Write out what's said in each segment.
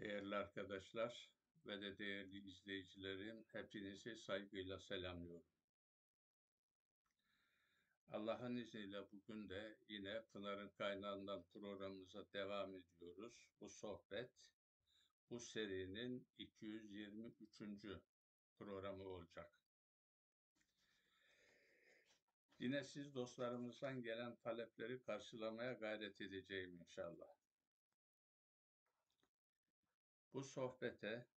Değerli arkadaşlar ve de değerli izleyicilerim, hepinizi saygıyla selamlıyorum. Allah'ın izniyle bugün de yine Pınar'ın Kaynağından programımıza devam ediyoruz. Bu sohbet, bu serinin 223. programı olacak. Yine siz dostlarımızdan gelen talepleri karşılamaya gayret edeceğim inşallah. Bu sohbete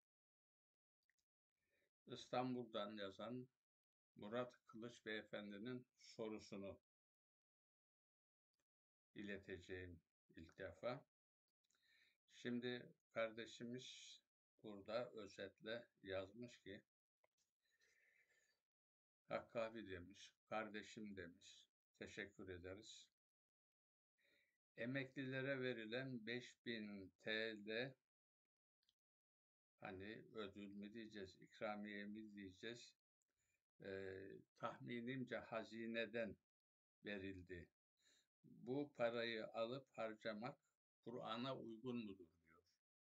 İstanbul'dan yazan Murat Kılıç Beyefendi'nin sorusunu ileteceğim ilk defa. Şimdi kardeşimiz burada özetle yazmış ki, Hakkı abi demiş, kardeşim demiş, teşekkür ederiz. Emeklilere verilen 5.000 TL, hani ödül mü diyeceğiz, ikramiye mi diyeceğiz, tahminimce hazineden verildi. Bu parayı alıp harcamak Kur'an'a uygun mudur diyor.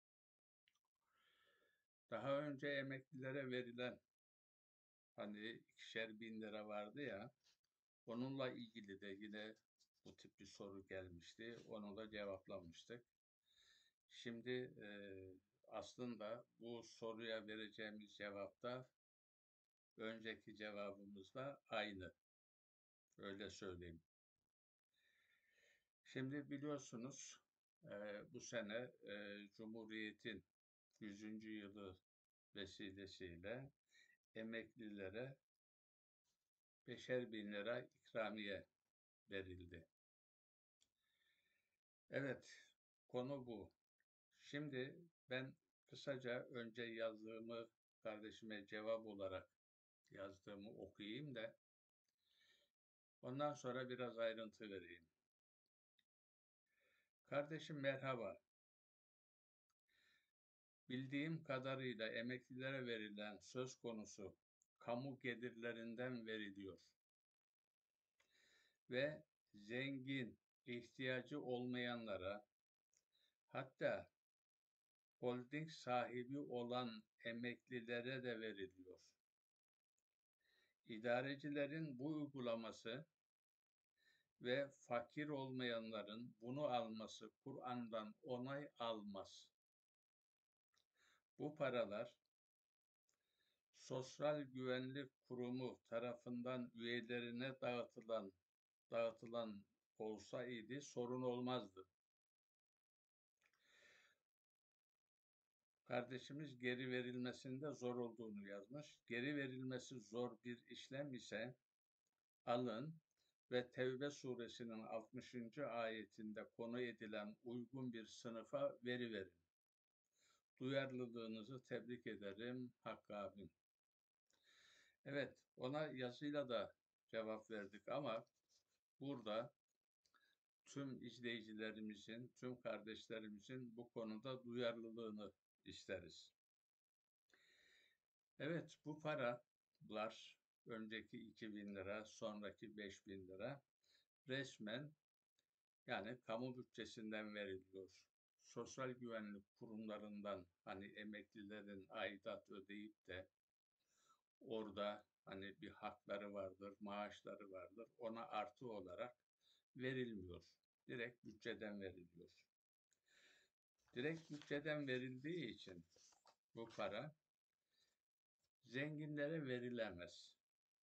Daha önce emeklilere verilen hani 2'şer 1.000 lira vardı ya, onunla ilgili de yine bu tip bir soru gelmişti. Onu da cevaplamıştık. Şimdi aslında bu soruya vereceğimiz cevap da önceki cevabımızla aynı. Öyle söyleyeyim. Şimdi biliyorsunuz bu sene Cumhuriyet'in 100. yılı vesilesiyle emeklilere 5.000 lira ikramiye verildi. Evet, konu bu. Şimdi ben kısaca önce yazdığımı kardeşime cevap olarak yazdığımı okuyayım da ondan sonra biraz ayrıntı vereyim. Kardeşim merhaba. Bildiğim kadarıyla emeklilere verilen söz konusu kamu gelirlerinden veriliyor ve zengin, ihtiyacı olmayanlara, hatta holding sahibi olan emeklilere de veriliyor. İdarecilerin bu uygulaması ve fakir olmayanların bunu alması Kur'an'dan onay almaz. Bu paralar Sosyal Güvenlik Kurumu tarafından üyelerine dağıtılan olsaydı sorun olmazdı. Kardeşimiz geri verilmesinde zor olduğunu yazmış. Geri verilmesi zor bir işlem ise alın ve Tevbe suresinin 60. ayetinde konu edilen uygun bir sınıfa veriverin. Duyarlılığınızı tebrik ederim Hakkı abim. Evet, ona yazıyla da cevap verdik ama burada tüm izleyicilerimizin, tüm kardeşlerimizin bu konuda duyarlılığını isteriz. Evet, bu paralar önceki 2.000 lira, sonraki 5.000 lira resmen yani kamu bütçesinden veriliyor. Sosyal güvenlik kurumlarından hani emeklilerin aidat ödeyip de orada hani bir hakları vardır, maaşları vardır. Ona artı olarak verilmiyor. Direkt bütçeden veriliyor. Direkt bütçeden verildiği için bu para zenginlere verilemez.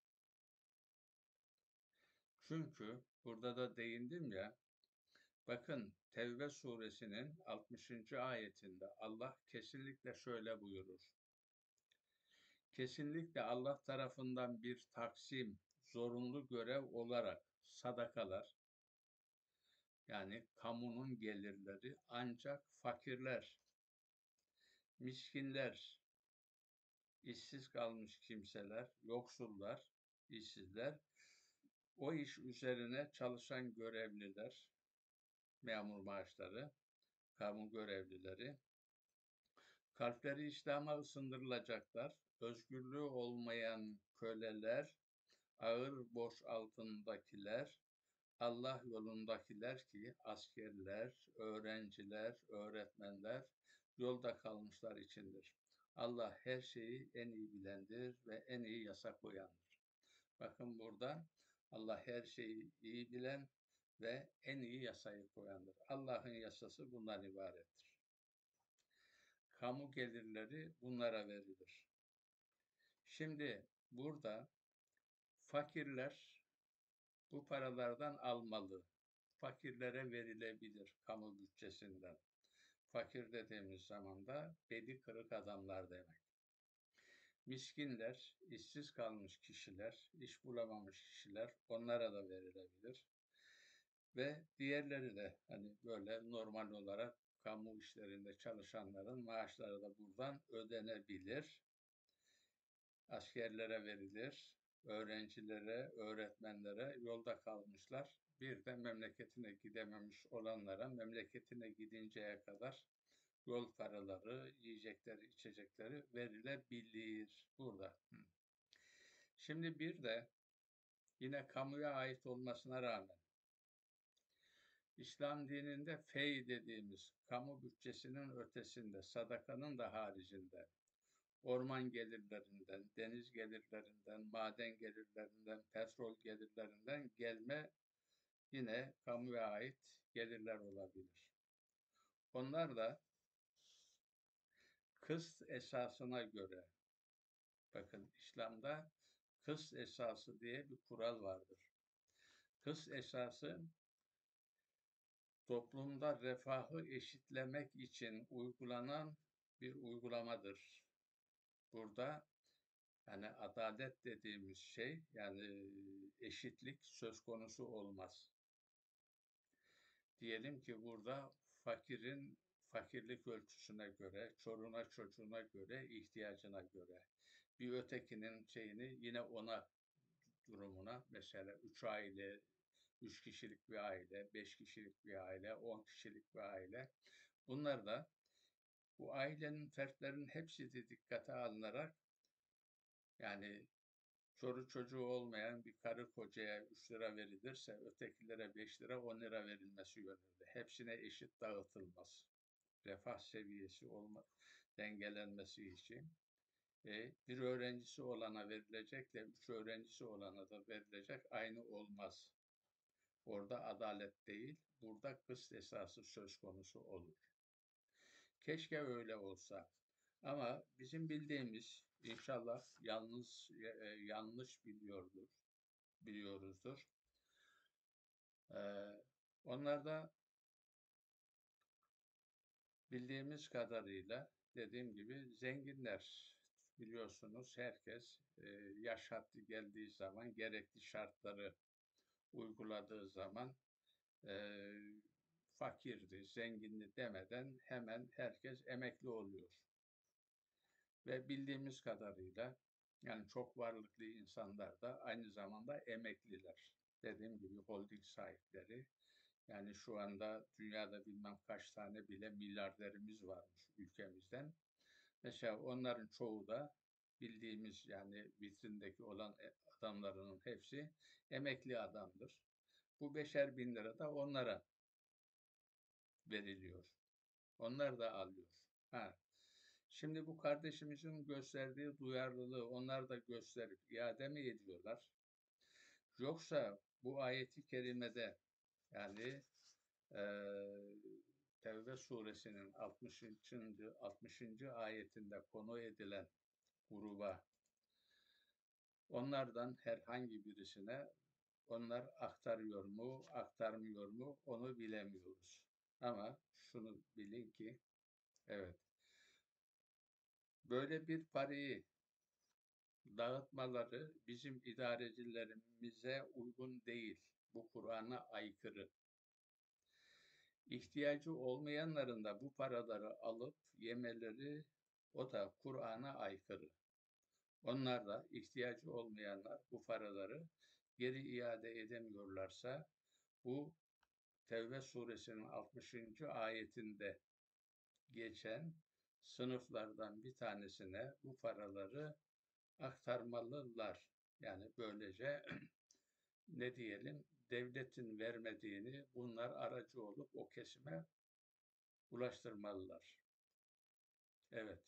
Çünkü burada da değindim ya, bakın Tevbe suresinin 60. ayetinde Allah kesinlikle şöyle buyurur. Kesinlikle Allah tarafından bir taksim, zorunlu görev olarak sadakalar, yani kamunun gelirleri ancak fakirler, miskinler, işsiz kalmış kimseler, yoksullar, işsizler, o iş üzerine çalışan görevliler, memur maaşları, kamu görevlileri, kalpleri İslam'a ısındırılacaklar, özgürlüğü olmayan köleler, ağır borç altındakiler, Allah yolundakiler ki askerler, öğrenciler, öğretmenler, yolda kalmışlar içindir. Allah her şeyi en iyi bilendir ve en iyi yasa koyandır. Bakın burada Allah her şeyi iyi bilen ve en iyi yasayı koyandır. Allah'ın yasası bundan ibarettir. Kamu gelirleri bunlara verilir. Şimdi burada fakirler bu paralardan almalı. Fakirlere verilebilir kamu bütçesinden. Fakir dediğimiz zaman da beli kırık adamlar demek. Miskinler, işsiz kalmış kişiler, iş bulamamış kişiler onlara da verilebilir. Ve diğerleri de hani böyle normal olarak kamu işlerinde çalışanların maaşları da buradan ödenebilir. Askerlere verilir, öğrencilere, öğretmenlere, yolda kalmışlar. Bir de memleketine gidememiş olanlara memleketine gidinceye kadar yol paraları, yiyecekleri, içecekleri verilebilir burada. Şimdi bir de yine kamuya ait olmasına rağmen İslam dininde fey dediğimiz kamu bütçesinin ötesinde, sadakanın da haricinde orman gelirlerinden, deniz gelirlerinden, maden gelirlerinden, petrol gelirlerinden gelme yine kamuya ait gelirler olabilir. Onlar da kıst esasına göre, bakın İslam'da kıst esası diye bir kural vardır. Kıst esası toplumda refahı eşitlemek için uygulanan bir uygulamadır. Burada yani adalet dediğimiz şey yani eşitlik söz konusu olmaz. Diyelim ki burada fakirin fakirlik ölçüsüne göre, çoluğuna çocuğuna göre, ihtiyacına göre bir ötekinin şeyini yine ona durumuna mesela 3 aile, 3 kişilik bir aile, 5 kişilik bir aile, 10 kişilik bir aile. Bunlar da bu ailenin fertlerinin hepsi de dikkate alınarak yani çoluk çocuğu olmayan bir karı kocaya 3 lira verilirse ötekilere 5 lira 10 lira verilmesi yönünde. Hepsine eşit dağıtılmaz. Refah seviyesi dengelenmesi için bir öğrencisi olana verilecekle 3 öğrencisi olana da verilecek aynı olmaz. Orada adalet değil, burada kısıt esası söz konusu olur. Keşke öyle olsa. Ama bizim bildiğimiz inşallah yanlış biliyoruzdur. Onlar da bildiğimiz kadarıyla dediğim gibi zenginler biliyorsunuz herkes yaş haddi geldiği zaman gerekli şartları uyguladığı zaman e, fakirdi, zengindi demeden hemen herkes emekli oluyor. Ve bildiğimiz kadarıyla yani çok varlıklı insanlar da aynı zamanda emekliler. Dediğim gibi holding sahipleri. Yani şu anda dünyada bilmem kaç tane bile milyarderimiz varmış ülkemizden. Mesela onların çoğu da bildiğimiz yani vitrindeki olan adamlarının hepsi emekli adamdır. Bu 5'er bin lira da onlara veriliyor. Onlar da alıyor. Ha. Şimdi bu kardeşimizin gösterdiği duyarlılığı onlar da gösterip iade mi ediyorlar? Yoksa bu ayeti kerimede yani Tevbe suresinin 60. ayetinde konu edilen gruba onlardan herhangi birisine onlar aktarıyor mu, aktarmıyor mu onu bilemiyoruz. Ama şunu bilin ki evet böyle bir parayı dağıtmaları bizim idarecilerimize uygun değil. Bu Kur'an'a aykırı. İhtiyacı olmayanların da bu paraları alıp yemeleri o da Kur'an'a aykırı. Onlar da ihtiyacı olmayanlar bu paraları geri iade edemiyorlarsa bu Tevbe suresinin 60. ayetinde geçen sınıflardan bir tanesine bu paraları aktarmalılar. Yani böylece ne diyelim devletin vermediğini bunlar aracı olup o kesime ulaştırmalılar. Evet,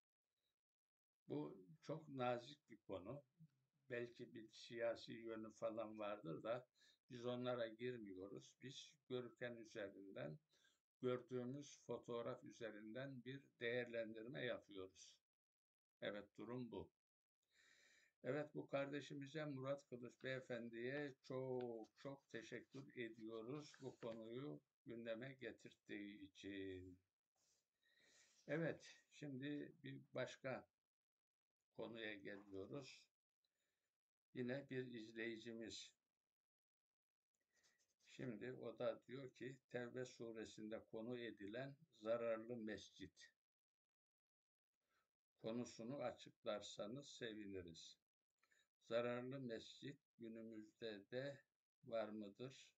bu çok nazik bir konu. Belki bir siyasi yönü falan vardır da biz onlara girmiyoruz. Biz Görkem üzerinden, gördüğümüz fotoğraf üzerinden bir değerlendirme yapıyoruz. Evet, durum bu. Evet, bu kardeşimize Murat Kılıç Beyefendi'ye çok çok teşekkür ediyoruz bu konuyu gündeme getirdiği için. Evet, şimdi bir başka konuya geliyoruz. Yine bir izleyicimiz. Şimdi o da diyor ki Tevbe suresinde konu edilen zararlı mescit konusunu açıklarsanız seviniriz. Zararlı mescit günümüzde de var mıdır?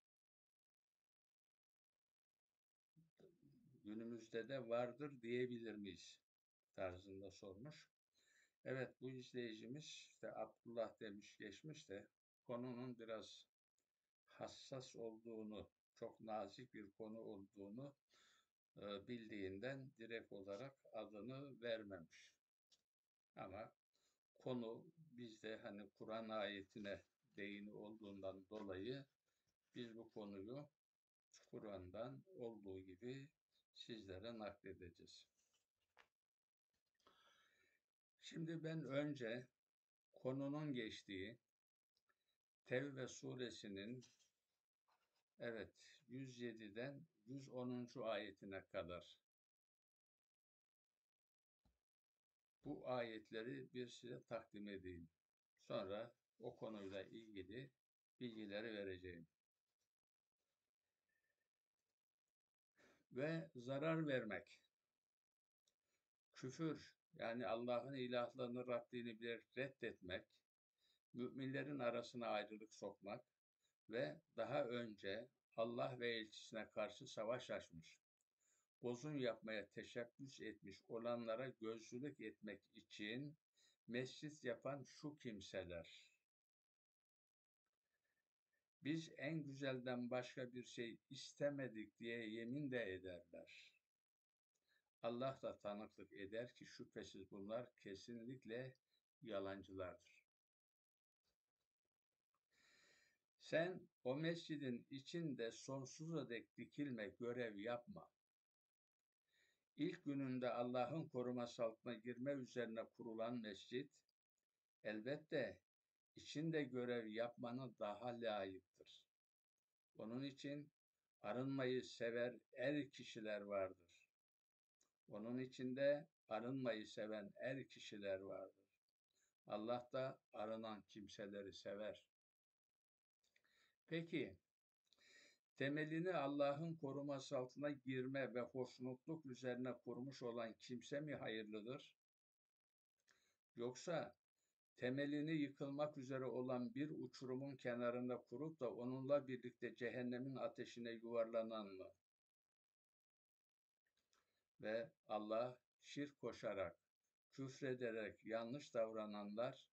Günümüzde de vardır diyebilir miyiz? Tarzında sormuş. Evet, bu izleyicimiz işte Abdullah demiş geçmiş de konunun biraz hassas olduğunu, çok nazik bir konu olduğunu bildiğinden direkt olarak adını vermemiş. Ama konu bizde hani Kur'an ayetine değini olduğundan dolayı biz bu konuyu Kur'an'dan olduğu gibi sizlere nakledeceğiz. Şimdi ben önce konunun geçtiği Tevbe suresinin evet 107'den 110. ayetine kadar bu ayetleri bir size takdim edeyim. Sonra o konuyla ilgili bilgileri vereceğim. Ve zarar vermek, küfür yani Allah'ın ilahlığını, Rabbini reddetmek, müminlerin arasına ayrılık sokmak ve daha önce Allah ve elçisine karşı savaş açmış, bozum yapmaya teşebbüs etmiş olanlara gözcülük etmek için mescit yapan şu kimseler. Biz en güzelden başka bir şey istemedik diye yemin de ederler. Allah da tanıklık eder ki şüphesiz bunlar kesinlikle yalancılardır. Sen o mescidin içinde sonsuza dek dikilme, görev yapma. İlk gününde Allah'ın koruması altına girme üzerine kurulan mescit, elbette içinde görev yapmanı daha layıktır. Onun için arınmayı sever er kişiler vardır. Onun içinde arınmayı seven er kişiler vardır. Allah da arınan kimseleri sever. Peki, temelini Allah'ın koruması altına girme ve hoşnutluk üzerine kurmuş olan kimse mi hayırlıdır? Yoksa temelini yıkılmak üzere olan bir uçurumun kenarında kurup da onunla birlikte cehennemin ateşine yuvarlanan mı? Ve Allah şirk koşarak, küfrederek yanlış davrananlar,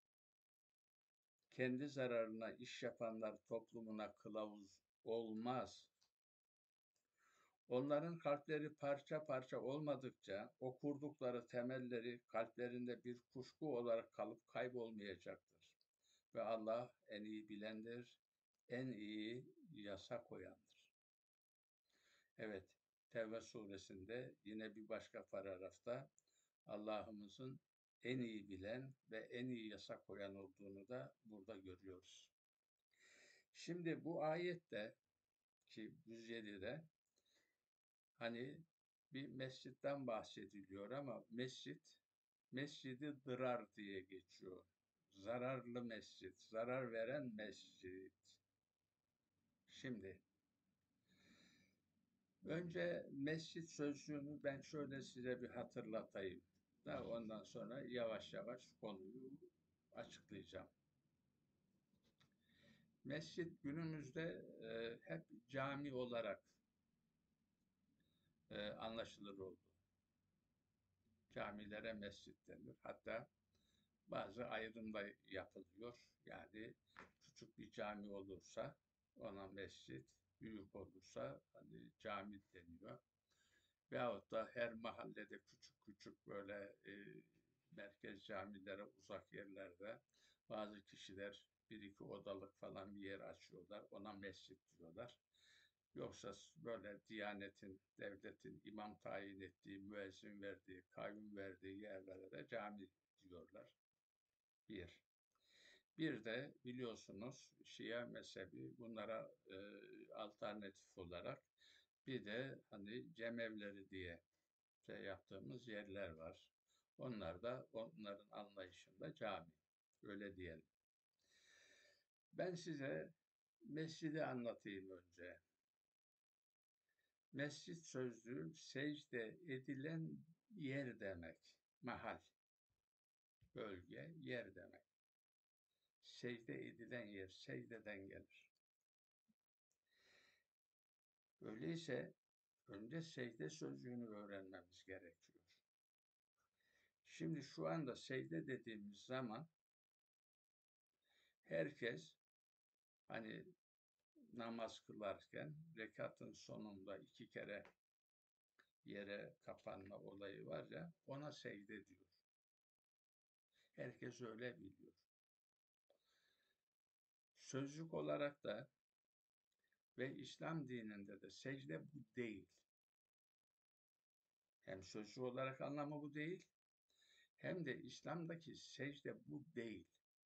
kendi zararına iş yapanlar toplumuna kılavuz olmaz. Onların kalpleri parça parça olmadıkça o kurdukları temelleri kalplerinde bir kuşku olarak kalıp kaybolmayacaktır. Ve Allah en iyi bilendir, en iyi yasa koyandır. Evet, Tevbe suresinde yine bir başka paragrafta Allah'ımızın en iyi bilen ve en iyi yasa koyan olduğunu da burada görüyoruz. Şimdi bu ayette ki 107'de hani bir mescitten bahsediliyor ama mescidi dırar diye geçiyor. Zararlı mescit, zarar veren mescit. Şimdi önce mescit sözcüğünü ben şöyle size bir hatırlatayım. Da ondan sonra yavaş yavaş konuyu açıklayacağım. Mescit günümüzde hep cami olarak anlaşılır oldu. Camilere mescit denir. Hatta bazı ayrım da yapılıyor. Yani küçük bir cami olursa ona mescit, büyük olursa hani cami deniyor. veyahut da her mahallede küçük küçük böyle merkez camilere uzak yerlerde bazı kişiler bir iki odalık falan bir yer açıyorlar. Ona mescit diyorlar. Yoksa böyle Diyanet'in, devletin imam tayin ettiği, müezzin verdiği, kayyum verdiği yerlere de cami diyorlar. Bir. Bir de biliyorsunuz Şia mezhebi bunlara alternatif olarak bir de hani cemevleri diye şey yaptığımız yerler var. Onlar da onların anlayışında cami. Öyle diyelim. Ben size mescidi anlatayım önce. Mescit sözlüğü secde edilen yer demek. Mahal, bölge, yer demek. Secde edilen yer, secdeden gelir. Öyleyse önce secde sözcüğünü öğrenmemiz gerekiyor. Şimdi şu anda secde dediğimiz zaman herkes hani namaz kılarken rekatın sonunda iki kere yere kapanma olayı var ya, ona secde diyor. Herkes öyle biliyor. Sözcük olarak da ve İslam dininde de secde bu değil. Hem sözcük olarak anlamı bu değil, hem de İslam'daki secde bu değil.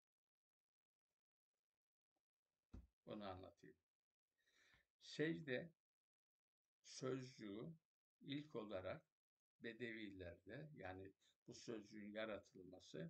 Onu anlatayım. Secde sözcüğü ilk olarak Bedevilerde, yani bu sözcüğün yaratılması,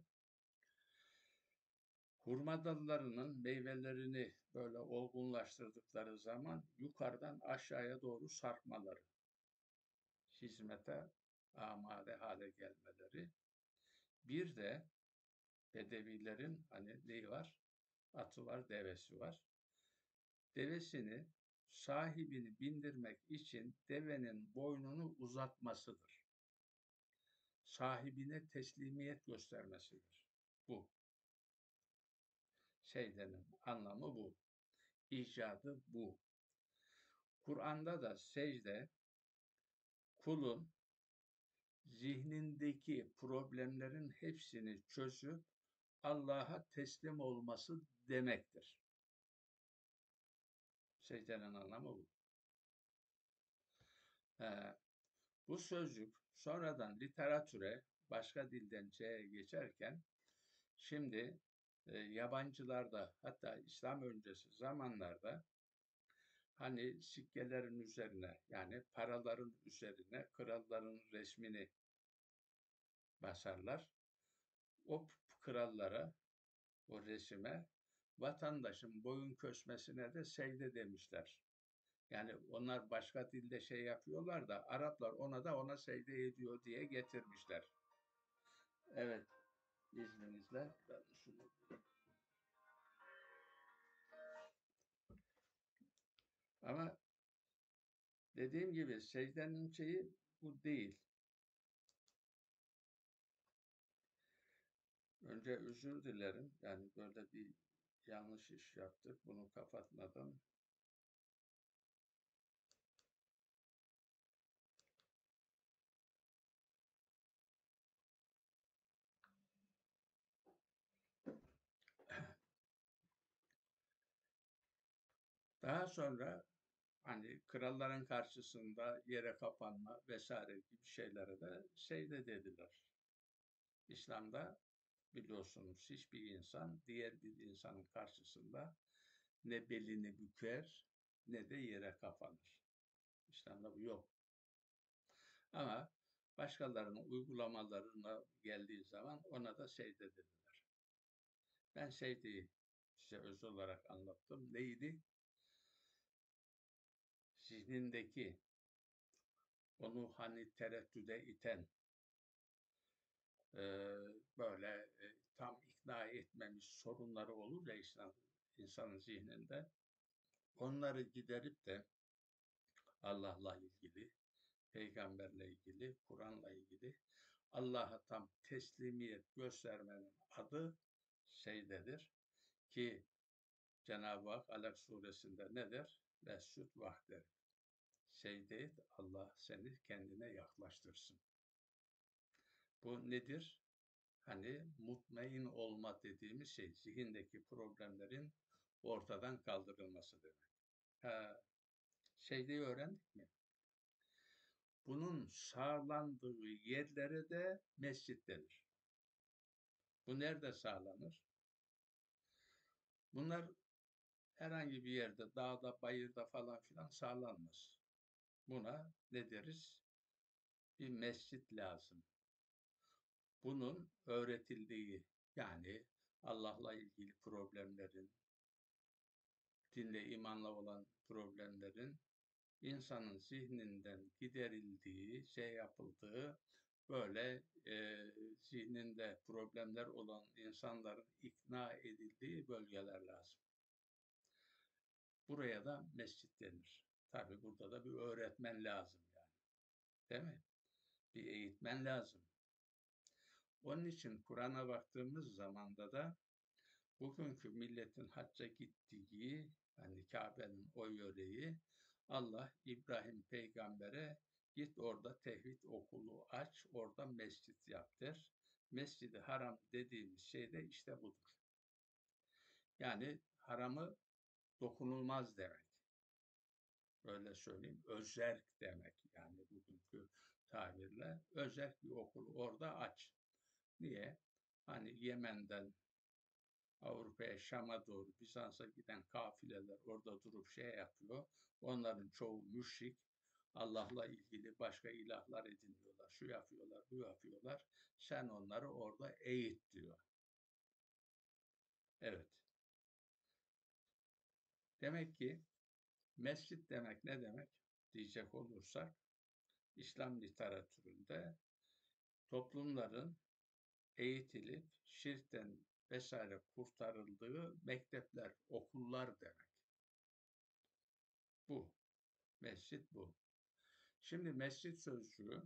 hurma dallarının meyvelerini böyle olgunlaştırdıkları zaman yukarıdan aşağıya doğru sarkmaları, hizmete amade hale gelmeleri. Bir de Bedevilerin hani neyi var? Atı var, devesi var. Devesini sahibini bindirmek için devenin boynunu uzatmasıdır. Sahibine teslimiyet göstermesidir. Bu. Secdenin anlamı bu. İcadı bu. Kur'an'da da secde kulun zihnindeki problemlerin hepsini çözüp Allah'a teslim olması demektir. Secdenin anlamı bu. Bu sözcük sonradan literatüre başka dilden C'ye geçerken şimdi yabancılarda hatta İslam öncesi zamanlarda hani sikkelerin üzerine yani paraların üzerine kralların resmini basarlar. O krallara, o resime vatandaşın boyun köşmesine de secde demişler. Yani onlar başka dilde şey yapıyorlar da Araplar ona secde ediyor diye getirmişler. Evet, izninizle ben şunu ama dediğim gibi secdenin şeyi bu değil. Önce özür dilerim. Yani böyle bir yanlış iş yaptık. Bunu kapatmadım. Daha sonra hani kralların karşısında yere kapanma vesaire gibi şeylere de secde dediler. İslam'da biliyorsunuz hiçbir insan diğer bir insanın karşısında ne belini büker ne de yere kapanır. İslam'da bu yok. Ama başkalarının uygulamalarına geldiği zaman ona da secde dediler. Ben secdeyi size öz olarak anlattım. Neydi? Zihnindeki onu hani tereddüde iten, böyle tam ikna etmemiş sorunları olur ya insanın zihninde. Onları giderip de Allah'la ilgili, peygamberle ilgili, Kur'an'la ilgili Allah'a tam teslimiyet göstermenin adı secdedir. Ki Cenab-ı Hak Alak suresinde ne der? Vescud vakdir. secde et, Allah seni kendine yaklaştırsın. Bu nedir? Hani mutmain olma dediğimiz şey, zihindeki problemlerin ortadan kaldırılması demek. Ha, secdeyi öğrendik mi? Bunun sağlandığı yerlere de mescit denir. Bu nerede sağlanır? Bunlar herhangi bir yerde, dağda, bayırda falan filan sağlanmaz. Buna ne deriz? Bir mescit lazım. Bunun öğretildiği, yani Allah'la ilgili problemlerin, dinle, imanla olan problemlerin insanın zihninden giderildiği, şey yapıldığı, böyle zihninde problemler olan insanların ikna edildiği bölgeler lazım. Buraya da mescit denir. Tabii burada da bir öğretmen lazım yani. Değil mi? Bir eğitmen lazım. Onun için Kur'an'a baktığımız zamanda da bugünkü milletin hacca gittiği, hani Kabe'nin o yöreyi, Allah İbrahim peygambere git orada tevhid okulu aç, orada mescit yap der. Mescid-i Haram dediğimiz şey de işte budur. Yani haramı dokunulmaz demek. Öyle söyleyeyim. Özerk demek yani bugünkü tabirle. Özerk bir okulu orada aç. Niye? Hani Yemen'den Avrupa'ya, Şam'a doğru Bizans'a giden kafileler orada durup şey yapıyor. Onların çoğu müşrik. Allah'la ilgili başka ilahlar ediniyorlar. Şu yapıyorlar, bu yapıyorlar. Sen onları orada eğit diyor. Evet. Demek ki mescit demek ne demek diyecek olursak, İslam literatüründe toplumların eğitilip şirkten vesaire kurtarıldığı mektepler, okullar demek. Bu. Mescit bu. Şimdi mescit sözcüğü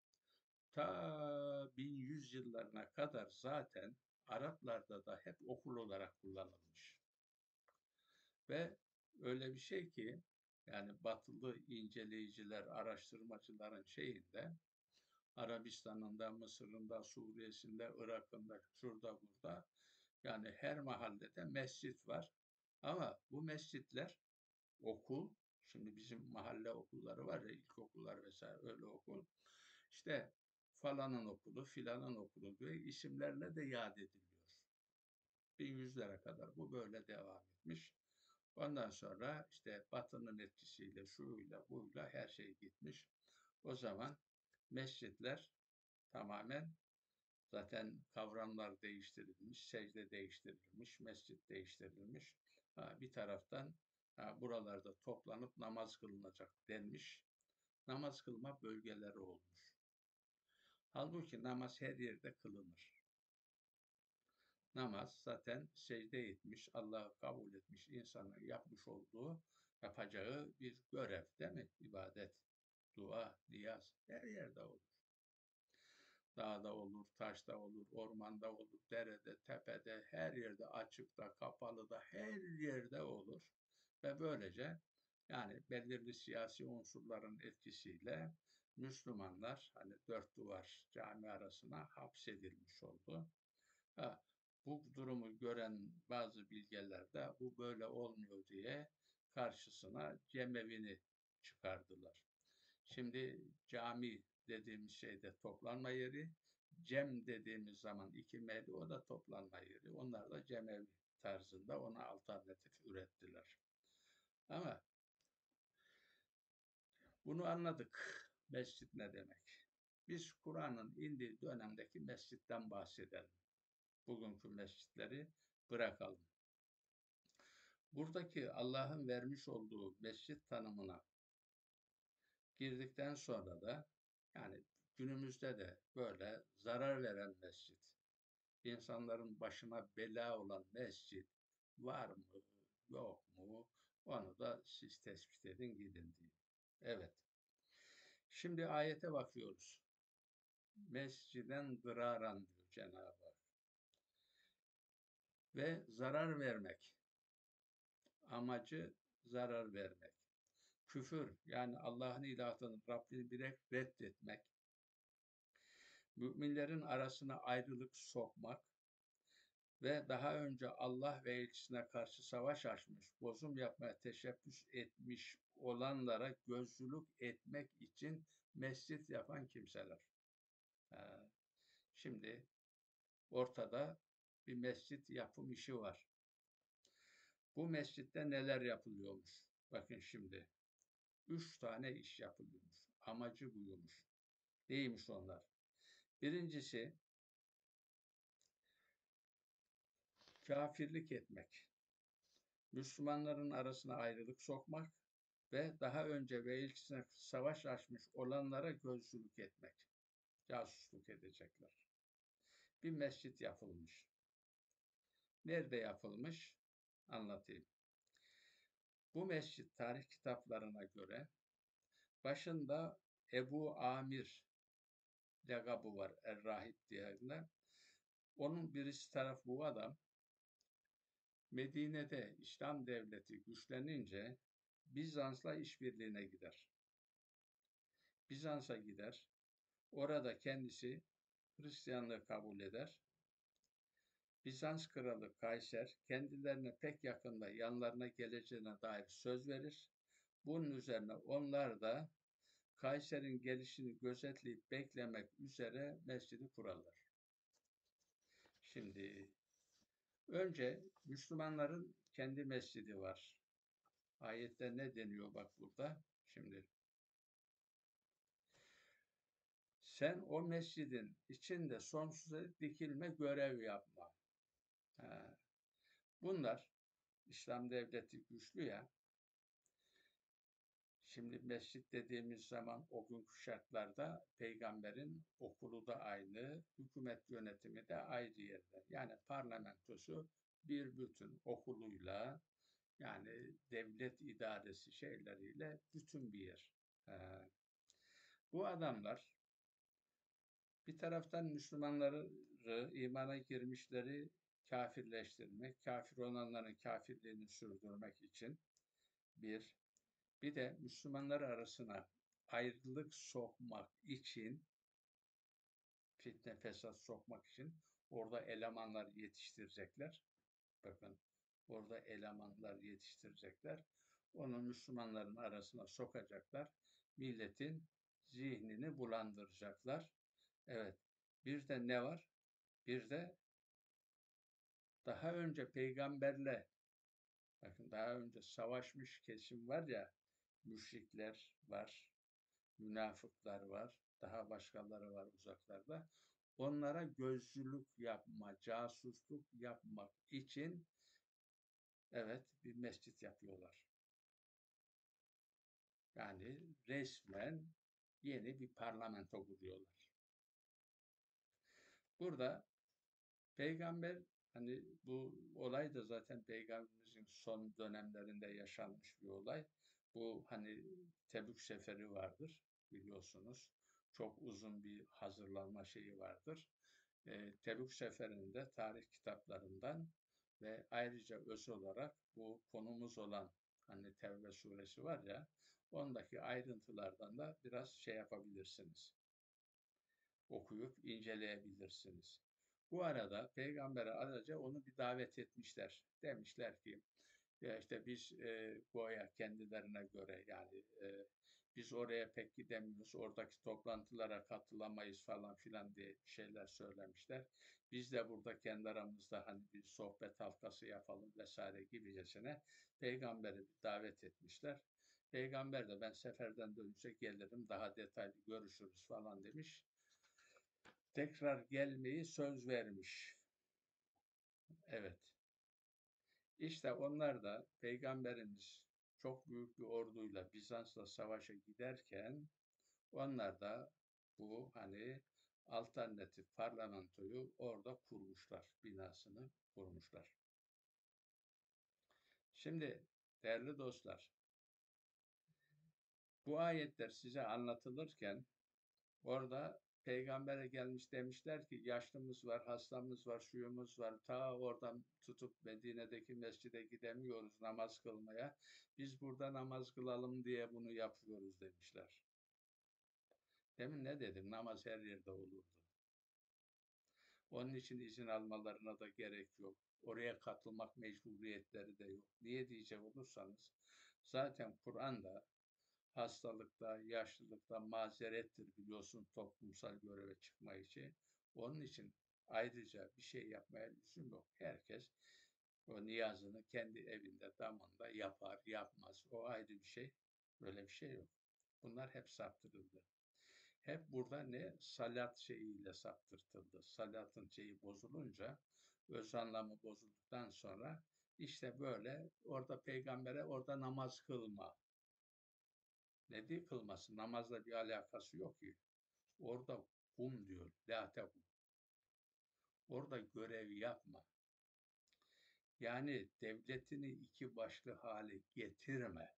ta 1100 yıllarına kadar zaten Araplarda da hep okul olarak kullanılmış. Ve öyle bir şey ki yani batılı inceleyiciler, araştırmacıların şeyinde Arabistan'ında, Mısır'ında, Suriye'sinde, Irak'ında, şurada burada yani her mahallede mescit var. Ama bu mescitler okul, şimdi bizim mahalle okulları var ya, ilkokullar vesaire öyle okul. İşte falanın okulu, filanın okulu diye isimlerle de yad ediliyor. 1100'lere kadar bu böyle devam etmiş. Ondan sonra işte Batı'nın etkisiyle, şuyla, buyla her şey gitmiş. O zaman mescitler tamamen zaten kavramlar değiştirilmiş, secde değiştirilmiş, mescit değiştirilmiş. Bir taraftan buralarda toplanıp namaz kılınacak denmiş. Namaz kılma bölgeleri olmuş. Halbuki namaz her yerde kılınır. Namaz zaten secde etmiş, Allah'ı kabul etmiş insanın yapmış olduğu, yapacağı bir görev değil mi? İbadet, dua, niyaz her yerde olur. Dağda olur, taşta olur, ormanda olur, derede, tepede, her yerde, açıkta, kapalıda, her yerde olur. Ve böylece yani belirli siyasi unsurların etkisiyle Müslümanlar hani dört duvar cami arasına hapsedilmiş oldu. Ha, bu durumu gören bazı bilgeler de bu böyle olmuyor diye karşısına cemevini çıkardılar. Şimdi cami dediğimiz şeyde toplanma yeri, cem dediğimiz zaman iki mevli o da toplanma yeri. Onlar da cemevi tarzında ona alternatif ürettiler. Ama bunu anladık. Mescit ne demek? Biz Kur'an'ın indiği dönemdeki mescitten bahsedelim. Bugünkü mescitleri bırakalım. Buradaki Allah'ın vermiş olduğu mescit tanımına girdikten sonra da yani günümüzde de böyle zarar veren mescit, insanların başına bela olan mescit var mı, yok mu? Onu da siz tespit edin, gidin diye. Evet. Şimdi ayete bakıyoruz. Mesciden dıraran diyor Cenab-ı Hak. Ve zarar vermek. Amacı zarar vermek. küfür yani Allah'ın ilahını, Rabbini direkt reddetmek, müminlerin arasına ayrılık sokmak ve daha önce Allah ve elçisine karşı savaş açmış, bozum yapmaya teşebbüs etmiş olanlara gözcülük etmek için mescit yapan kimseler. Şimdi ortada bir mescit yapım işi var. Bu mescitte neler yapılıyormuş? Bakın şimdi. 3 tane iş yapılıyormuş. Amacı buymuş. Neymiş onlar? Birincisi kafirlik etmek. Müslümanların arasına ayrılık sokmak ve daha önce ve elçisine savaş açmış olanlara gözcülük etmek. Casusluk edecekler. Bir mescit yapılmış. Nerede yapılmış? Anlatayım. Bu mescit tarih kitaplarına göre başında Ebu Amir lakabı var, Er-Rahip diğerine. Onun birisi tarafı bu adam Medine'de İslam devleti güçlenince Bizans'la işbirliğine gider. Bizans'a gider. Orada kendisi Hristiyanlığı kabul eder. Bizans kralı Kayser kendilerine pek yakında yanlarına geleceğine dair söz verir. Bunun üzerine onlar da Kayser'in gelişini gözetleyip beklemek üzere mescidi kurarlar. Şimdi önce Müslümanların kendi mescidi var. Ayette ne deniyor bak burada. Şimdi sen o mescidin içinde sonsuza dikilme görev yapma. Ha. Bunlar İslam devleti güçlü ya. Şimdi mescit dediğimiz zaman o günkü şartlarda peygamberin okulu da aynı, hükümet yönetimi de ayrı yerde. Yani parlamentosu bir bütün okuluyla yani devlet idaresi şeyleriyle bütün bir yer. Ee, Bu adamlar bir taraftan Müslümanları imana girmişleri kafirleştirmek, kafir olanların kafirliğini sürdürmek için bir, bir de Müslümanlar arasına ayrılık sokmak için, fitne fesat sokmak için orada elemanlar yetiştirecekler. Bakın orada elemanlar yetiştirecekler. Onu Müslümanların arasına sokacaklar. Milletin zihnini bulandıracaklar. Evet. Bir de ne var? Bir de daha önce peygamberle bakın daha önce savaşmış kesim var ya, müşrikler var, münafıklar var, daha başkaları var uzaklarda. Onlara gözcülük yapma, casusluk yapmak için evet bir mescit yapıyorlar. Yani resmen yeni bir parlamento kuruyorlar. Burada peygamber hani bu olay da zaten peygamberimizin son dönemlerinde yaşanmış bir olay. Bu hani Tebük seferi vardır biliyorsunuz. Çok uzun bir hazırlanma şeyi vardır. Tebük seferinde tarih kitaplarından ve ayrıca öz olarak bu konumuz olan hani Tevbe suresi var ya ondaki ayrıntılardan da biraz şey yapabilirsiniz. Okuyup inceleyebilirsiniz. Bu arada Peygamber'e araca onu bir davet etmişler. Demişler ki ya işte biz goya kendilerine göre yani biz oraya pek gidemiyoruz, oradaki toplantılara katılamayız falan filan diye şeyler söylemişler. Biz de burada kendi aramızda hani bir sohbet halkası yapalım vesaire gibicesine Peygamber'i bir davet etmişler. Peygamber de ben seferden dönünce gelirim daha detaylı görüşürüz falan demiş. Tekrar gelmeyi söz vermiş. Evet. İşte onlar da Peygamberimiz çok büyük bir orduyla Bizans'la savaşa giderken onlar da bu hani alternatif parlamentoyu orada kurmuşlar, binasını kurmuşlar. Şimdi değerli dostlar, bu ayetler size anlatılırken orada peygambere gelmiş demişler ki yaşlımız var, hastamız var, şuyumuz var. Ta oradan tutup Medine'deki mescide gidemiyoruz namaz kılmaya. Biz burada namaz kılalım diye bunu yapıyoruz demişler. Demin ne dedim? Namaz her yerde olurdu. Onun için izin almalarına da gerek yok. Oraya katılmak mecburiyetleri de yok. Niye diyecek olursanız zaten Kur'an'da hastalıkta, yaşlılıkta mazerettir biliyorsun toplumsal göreve çıkma için. Onun için ayrıca bir şey yapmaya lüzum yok. Herkes o niyazını kendi evinde, damında yapar, yapmaz. O ayrı bir şey. Böyle bir şey yok. Bunlar hep saptırıldı. Hep burada ne? Salat şeyiyle saptırtıldı. Salatın şeyi bozulunca, öz anlamı bozulduktan sonra işte böyle orada peygambere orada namaz kılma. Ne diye kılması? Namazla bir alakası yok ki. Orada kum diyor. La tekum. Orada görev yapma. Yani devletini iki başlı hale getirme.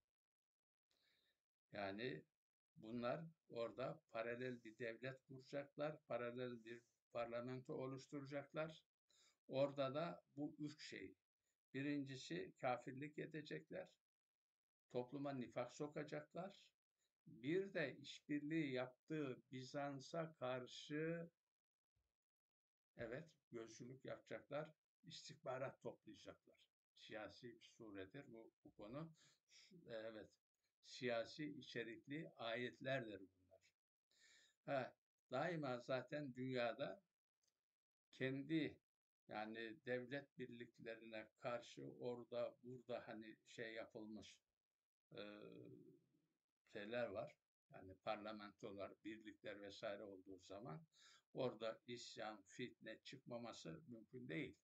Yani bunlar orada paralel bir devlet kuracaklar, paralel bir parlamento oluşturacaklar. Orada da bu üç şey. Birincisi kafirlik edecekler, topluma nifak sokacaklar. Bir de işbirliği yaptığı Bizans'a karşı evet gözcülük yapacaklar, istihbarat toplayacaklar. Siyasi bir suredir bu konu. Evet, siyasi içerikli ayetlerdir bunlar. Ha, daima zaten dünyada kendi yani devlet birliklerine karşı orada burada hani şey yapılmış e, şeyler var. Yani parlamentolar, birlikler vesaire olduğu zaman orada isyan, fitne çıkmaması mümkün değil.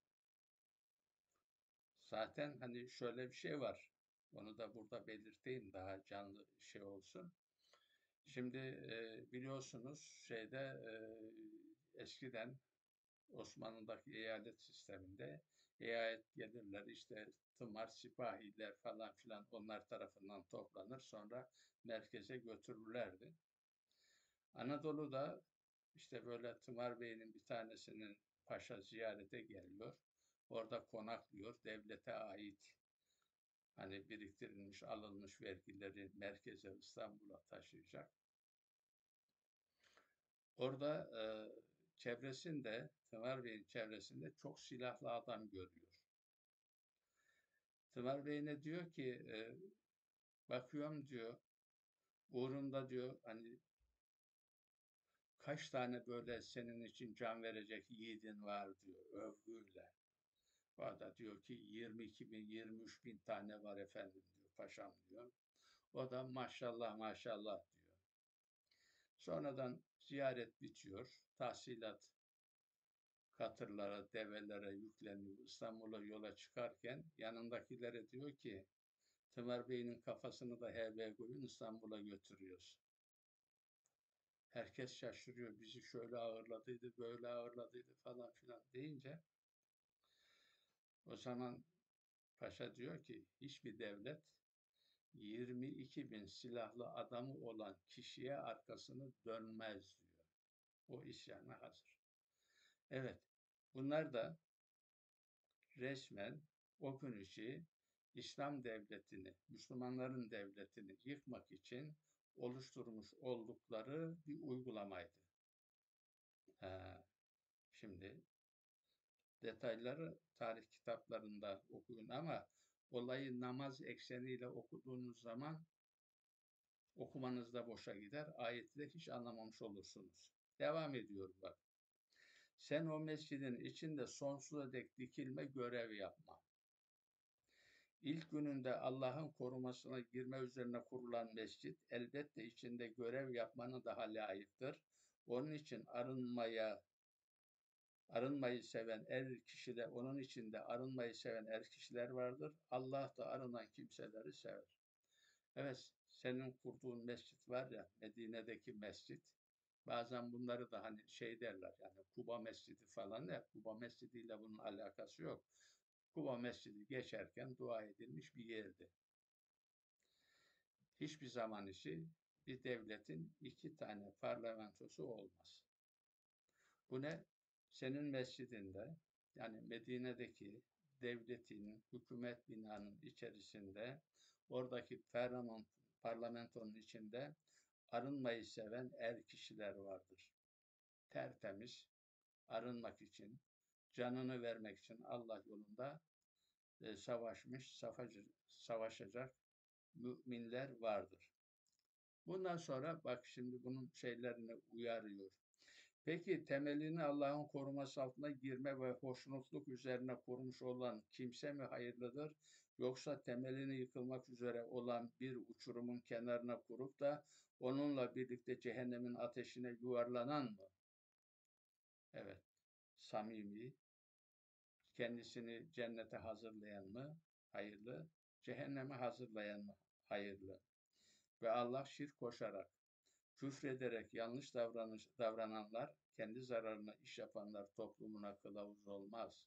Zaten hani şöyle bir şey var. Onu da burada belirteyim daha canlı şey olsun. Şimdi biliyorsunuz eskiden Osmanlı'daki eyalet sisteminde eyalet gelirler işte tımar, sipahiler falan filan onlar tarafından toplanır sonra merkeze götürürlerdi. Anadolu'da işte böyle Tımar Bey'in bir tanesinin paşa ziyarete geliyor. Orada konaklıyor. Devlete ait hani biriktirilmiş, alınmış vergileri merkeze İstanbul'a taşıyacak. Orada çevresinde, Tımar Bey'in çevresinde çok silahlı adam görüyor. Tımar Bey ne diyor ki, bakıyorum diyor, uğrunda diyor hani kaç tane böyle senin için can verecek yiğidin var diyor övgüyle. O da diyor ki 22 bin, 23 bin tane var efendim diyor, paşam diyor. O da maşallah maşallah diyor. Sonradan ziyaret bitiyor, tahsilat katırlara, develere yükleniyor. İstanbul'a yola çıkarken yanındakilere diyor ki Tımar Bey'in kafasını da HB koyun İstanbul'a götürüyoruz. Herkes şaşırıyor. Bizi şöyle ağırladıydı, böyle ağırladıydı falan filan deyince o zaman paşa diyor ki hiçbir devlet 22 bin silahlı adamı olan kişiye arkasını dönmez diyor. O isyana hazır. Evet, bunlar da resmen o gün içi İslam devletini, Müslümanların devletini yıkmak için oluşturmuş oldukları bir uygulamaydı. Ha, şimdi detayları tarih kitaplarında okuyun ama olayı namaz ekseniyle okuduğunuz zaman okumanız da boşa gider. Ayeti de hiç anlamamış olursunuz. Devam ediyorum bak. Sen o mescidin içinde sonsuza dek dikilme görev yapma. İlk gününde Allah'ın korumasına girme üzerine kurulan mescit elbette içinde görev yapmanı daha layıktır. Onun için arınmayı seven er kişiler, onun içinde arınmayı seven er kişiler vardır. Allah da arınan kimseleri sever. Evet, senin kurduğun mescit var ya, Medine'deki mescit. Bazen bunları da hani şey derler yani Kuba Mescidi falan ya, Kuba Mescidi ile bunun alakası yok. Kuba Mescidi geçerken dua edilmiş bir yerdi. Hiçbir zaman içi bir devletin 2 tane parlamentosu olmaz. Bu ne? Senin mescidinde, yani Medine'deki devletin, hükümet binanın içerisinde, oradaki parlamentonun içinde arınmayı seven kişiler vardır. Tertemiz, arınmak için, canını vermek için Allah yolunda savaşmış, savaşacak müminler vardır. Bundan sonra bak şimdi bunun şeylerini uyarıyor. Peki temelini Allah'ın koruması altına girme ve hoşnutluk üzerine kurmuş olan kimse mi hayırlıdır? Yoksa temelini yıkılmak üzere olan bir uçurumun kenarına kurup da onunla birlikte cehennemin ateşine yuvarlanan mı? Evet, samimi, kendisini cennete hazırlayan mı? Hayırlı, cehenneme hazırlayan mı? Hayırlı. Ve Allah şirk koşarak, küfrederek yanlış davrananlar, kendi zararına iş yapanlar toplumuna kılavuz olmaz.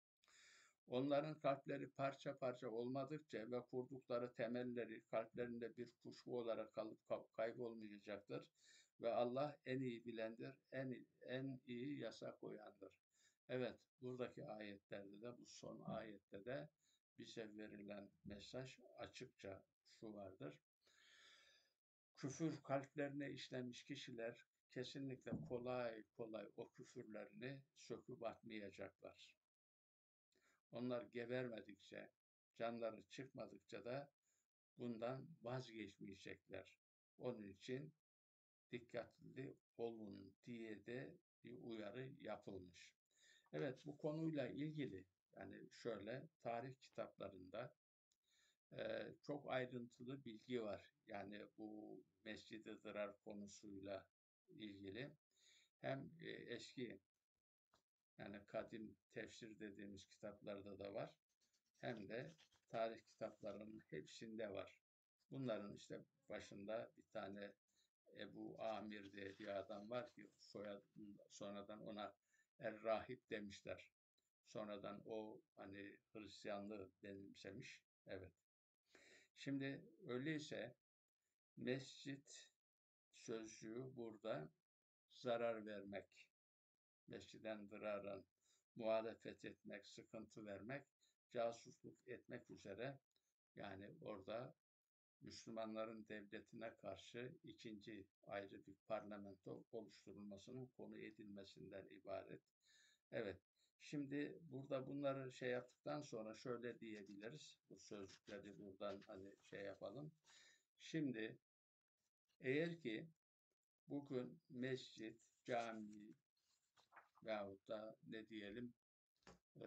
Onların kalpleri parça parça olmadıkça ve kurdukları temelleri kalplerinde bir kuşku olarak kalıp kaybolmayacaktır. Ve Allah en iyi bilendir, en iyi yasa koyandır. Evet, buradaki ayetlerde de, bu son ayette de bize verilen mesaj açıkça şu vardır. Küfür kalplerine işlemiş kişiler kesinlikle kolay kolay o küfürlerini söküp atmayacaklar. Onlar gebermedikçe, canları çıkmadıkça da bundan vazgeçmeyecekler. Onun için dikkatli olun diye de bir uyarı yapılmış. Evet, bu konuyla ilgili yani şöyle tarih kitaplarında çok ayrıntılı bilgi var. Yani bu Mescid-i Dırar konusuyla ilgili hem eski, yani kadim tefsir dediğimiz kitaplarda da var, hem de tarih kitaplarının hepsinde var. Bunların işte başında bir tane Ebu Amir diye bir adam var ki sonradan ona Er-Rahip demişler. Sonradan o hani Hristiyanlığı benimsemiş. Evet. Şimdi öyleyse mescit sözcüğü burada zarar vermek, mesciden diraran, muhalefet etmek, sıkıntı vermek, casusluk etmek üzere, yani orada Müslümanların devletine karşı ikinci ayrı bir parlamento oluşturulmasının konu edilmesinden ibaret. Evet, şimdi burada bunları şey yaptıktan sonra şöyle diyebiliriz. Bu sözcükleri buradan hani şey yapalım. Şimdi eğer ki bugün mescit, cami veyahut da ne diyelim e,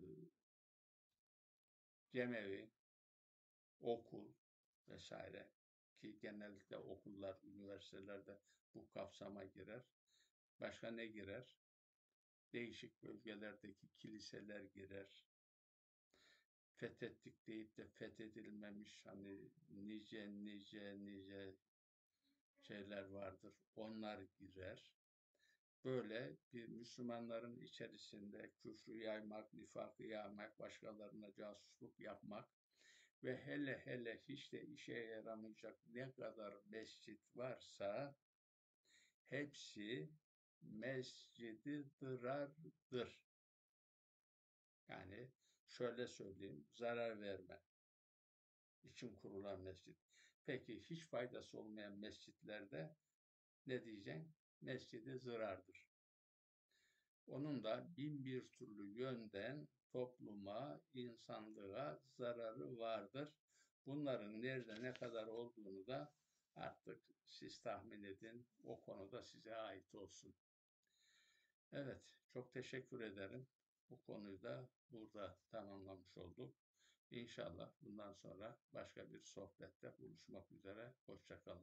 cemevi, okul vesaire, ki genellikle okullar, üniversitelerde bu kapsama girer. Başka ne girer? Değişik bölgelerdeki kiliseler girer. Fethettik deyip de fethedilmemiş hani nice şeyler vardır. Onlar girer. Böyle bir Müslümanların içerisinde küfrü yaymak, nifakı yaymak, başkalarına casusluk yapmak ve hele hele hiç de işe yaramayacak ne kadar mescit varsa hepsi mescidi dırardır. Yani şöyle söyleyeyim, zarar verme için kurulan mescit. Peki hiç faydası olmayan mescitlerde ne diyeceksin? Mescidi zırardır. Onun da bin bir türlü yönden topluma, insanlığa zararı vardır. Bunların nerede ne kadar olduğunu da artık siz tahmin edin. O konuda size ait olsun. Evet, çok teşekkür ederim. Bu konuyu da burada tamamlamış olduk. İnşallah bundan sonra başka bir sohbette buluşmak üzere. Hoşça kalın.